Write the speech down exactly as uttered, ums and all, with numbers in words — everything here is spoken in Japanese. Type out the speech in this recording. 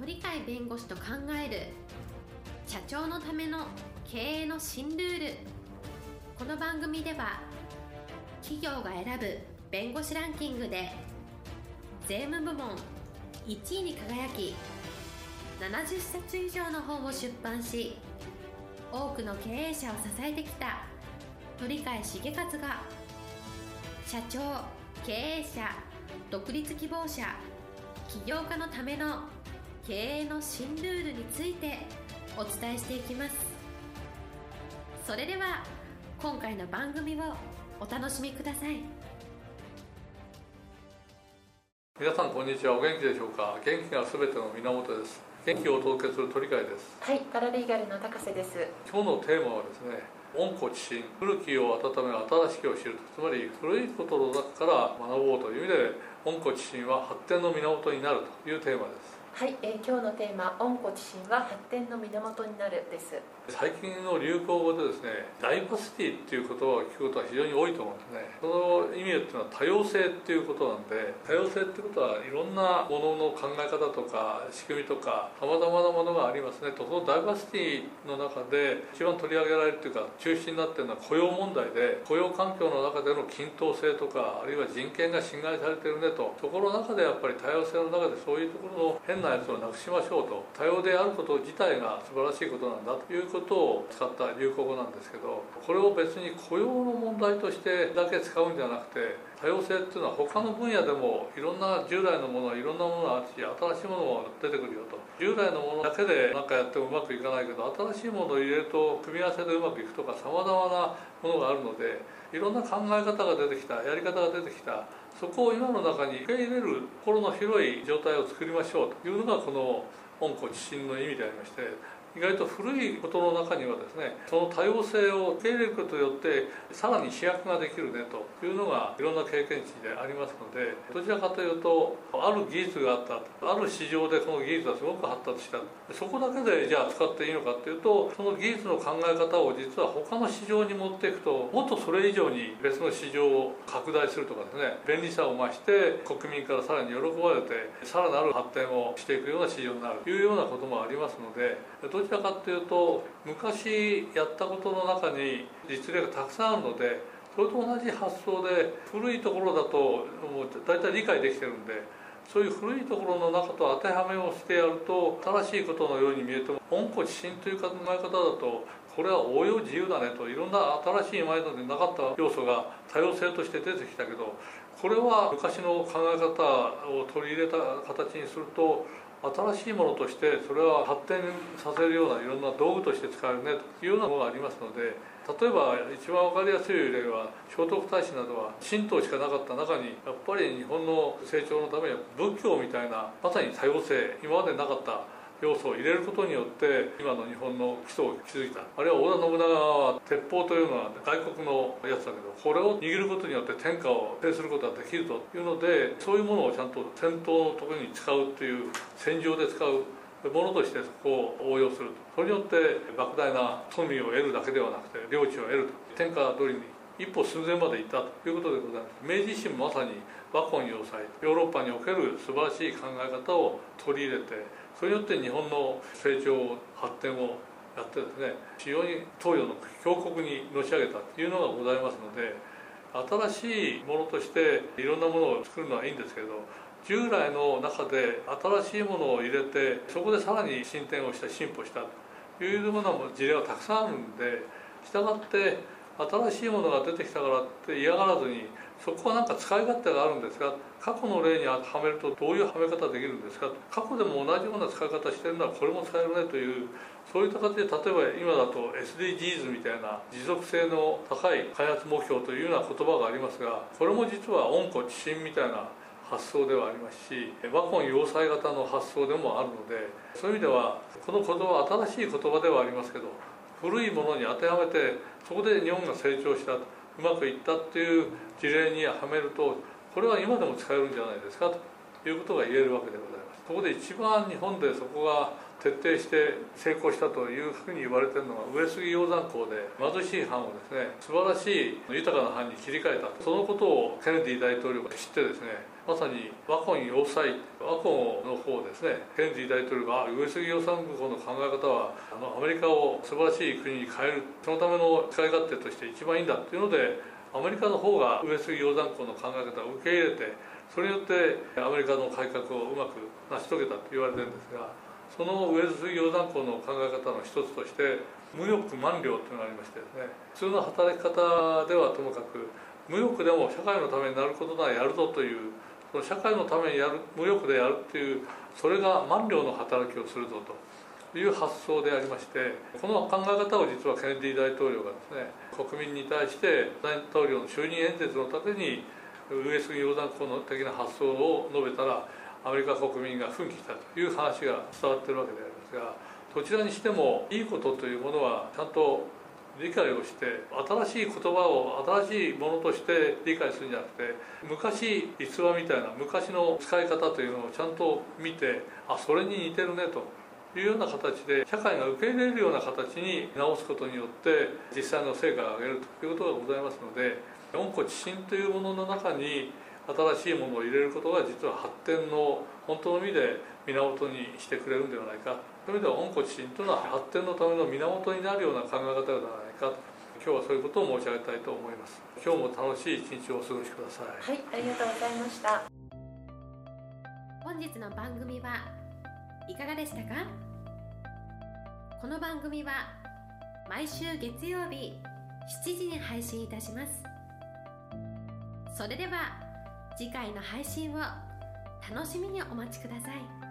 鳥飼弁護士と考える社長のための経営の新ルール。この番組では企業が選ぶ弁護士ランキングで税務部門いちいに輝き、ななじゅっさつ以上の本を出版し、多くの経営者を支えてきた鳥飼茂勝が、社長、経営者、独立希望者、起業家のための経営の新ルールについてお伝えしていきます。それでは今回の番組をお楽しみください。 皆さんこんにちは。お元気でしょうか。元気がすべての源です。元気をお届けする鳥飼です。 はい、パラリーガルの高瀬です。 今日のテーマはですね、温故知新、古きを温め新しきを知ると。つまり古いことの中から学ぼうという意味で、温故知新は発展の源になるというテーマです。 はい、えー、今日のテーマ、温故知新は発展の源になるです。 最近の流行語でですね、ダイバーシティっていう言葉を聞くことは非常に多いと思うんですね。その意味っていうのは多様性っていうことなんで、多様性っていうことはいろんなものの考え方とか仕組みとかさまざまなものがありますねと。そのダイバーシティの中で一番取り上げられるというか中心になっているのは雇用問題で、雇用環境の中での均等性とか、あるいは人権が侵害されているねと。そこの中でやっぱり多様性の中でそういうところの変なやつをなくしましょうと。多様であること自体が素晴らしいことなんだということを使った流行語なんですけど、これを別に雇用の問題としてだけ使うんじゃなくて、多様性っていうのは他の分野でもいろんな従来のものいろんなものがあるし、新しいものも出てくるよと。従来のものだけで何かやってもうまくいかないけど、新しいものを入れると組み合わせでうまくいくとか、さまざまなものがあるので、いろんな考え方が出てきた、やり方が出てきた。そこを今の中に受け入れる心の広い状態を作りましょうというのがこの温故知新の意味でありまして、意外と古いことの中にはですね、その多様性を受け入れることによってさらに飛躍ができるねというのがいろんな経験値でありますので、どちらかというとある技術があった、ある市場でその技術がすごく発達した、そこだけでじゃあ使っていいのかっていうと、その技術の考え方を実は他の市場に持っていくと、もっとそれ以上に別の市場を拡大するとかですね、便利さを増して国民からさらに喜ばれてさらなる発展をしていくような市場になるというようなこともありますので、どちらかというと昔やったことの中に実例がたくさんあるので、それと同じ発想で古いところだともう大体理解できてるんで、そういう古いところの中と当てはめをしてやると新しいことのように見えても、温故知新という考え方だとこれは応用自由だねと。いろんな新しい前までなかった要素が多様性として出てきたけど、これは昔の考え方を取り入れた形にすると新しいものとしてそれは発展させるようないろんな道具として使えるねというようなものがありますので、例えば一番分かりやすい例は聖徳太子などは神道しかなかった中に、やっぱり日本の成長のためには仏教みたいなまさに多様性、今までなかった要素を入れることによって今の日本の基礎を築いた。あるいは織田信長は鉄砲というのは外国のやつだけど、これを握ることによって天下を制することができるというので、そういうものをちゃんと戦闘のところに使うという、戦場で使うものとしてそこを応用すると。それによって莫大な富を得るだけではなくて領地を得ると。天下取りに一歩寸前まで行ったということでございます。明治維新もまさに和魂要塞、ヨーロッパにおける素晴らしい考え方を取り入れて、それによって日本の成長発展をやってですね、非常に東洋の強国にのし上げたというのがございますので、新しいものとしていろんなものを作るのはいいんですけれど、従来の中で新しいものを入れてそこでさらに進展をした、進歩したというような事例はたくさんあるんで、したがって新しいものが出てきたからって嫌がらずに、そこはなんか使い勝手があるんですが、過去の例にはめるとどういうはめ方できるんですか、過去でも同じような使い方してるならこれも使えるねという、そういった形で例えば今だと エスディージーズ みたいな持続性の高い開発目標というような言葉がありますが、これも実は温故知新みたいな発想ではありますし、和魂要塞型の発想でもあるので、そういう意味ではこの言葉は新しい言葉ではありますけど、古いものに当てはめてそこで日本が成長した、うまくいったっていう事例にはめると、これは今でも使えるんじゃないですかということが言えるわけでございます。そこで一番日本でそこが徹底して成功したというふうに言われているのが上杉鷹山公で、貧しい藩をですね素晴らしい豊かな藩に切り替えた。そのことをケネディ大統領が知ってですね、 まさにワコン要塞、ワコンの方ですね、ケネディ大統領が上杉養蚕国の考え方はあのアメリカを素晴らしい国に変える、そのための使い勝手として一番いいんだっていうので、アメリカの方が上杉養蚕国の考え方を受け入れて、それによってアメリカの改革をうまく成し遂げたと言われてるんですが、その上杉養蚕国の考え方の一つとして無欲満了というのがありましてですね、普通の働き方ではともかく無欲でも社会のためになることならやるぞという、その社会のためにやる、無欲でやるっていう、それが満了の働きをするぞという発想でありまして、この考え方を実はケネディ大統領がですね、国民に対して大統領の就任演説のために上杉養蚕国の的な発想を述べたら、アメリカ国民が奮起したという話が伝わっているわけでありますが、どちらにしてもいいことというものはちゃんと理解をして、新しい言葉を新しいものとして理解するんじゃなくて、昔逸話みたいな昔の使い方というのをちゃんと見て、あ、それに似てるねというような形で社会が受け入れるような形に直すことによって実際の成果を上げるということがございますので、温故知新というものの中に新しいものを入れることが実は発展の本当の意味で源にしてくれるんではないか。そういう意味では温故知新というのは発展のための源になるような考え方ではないかと、今日はそういうことを申し上げたいと思います。今日も楽しい一日をお過ごしください。 はい、ありがとうございました。 本日の番組はいかがでしたか？この番組は毎週月曜日しちじに配信いたします。それでは次回の配信を楽しみにお待ちください。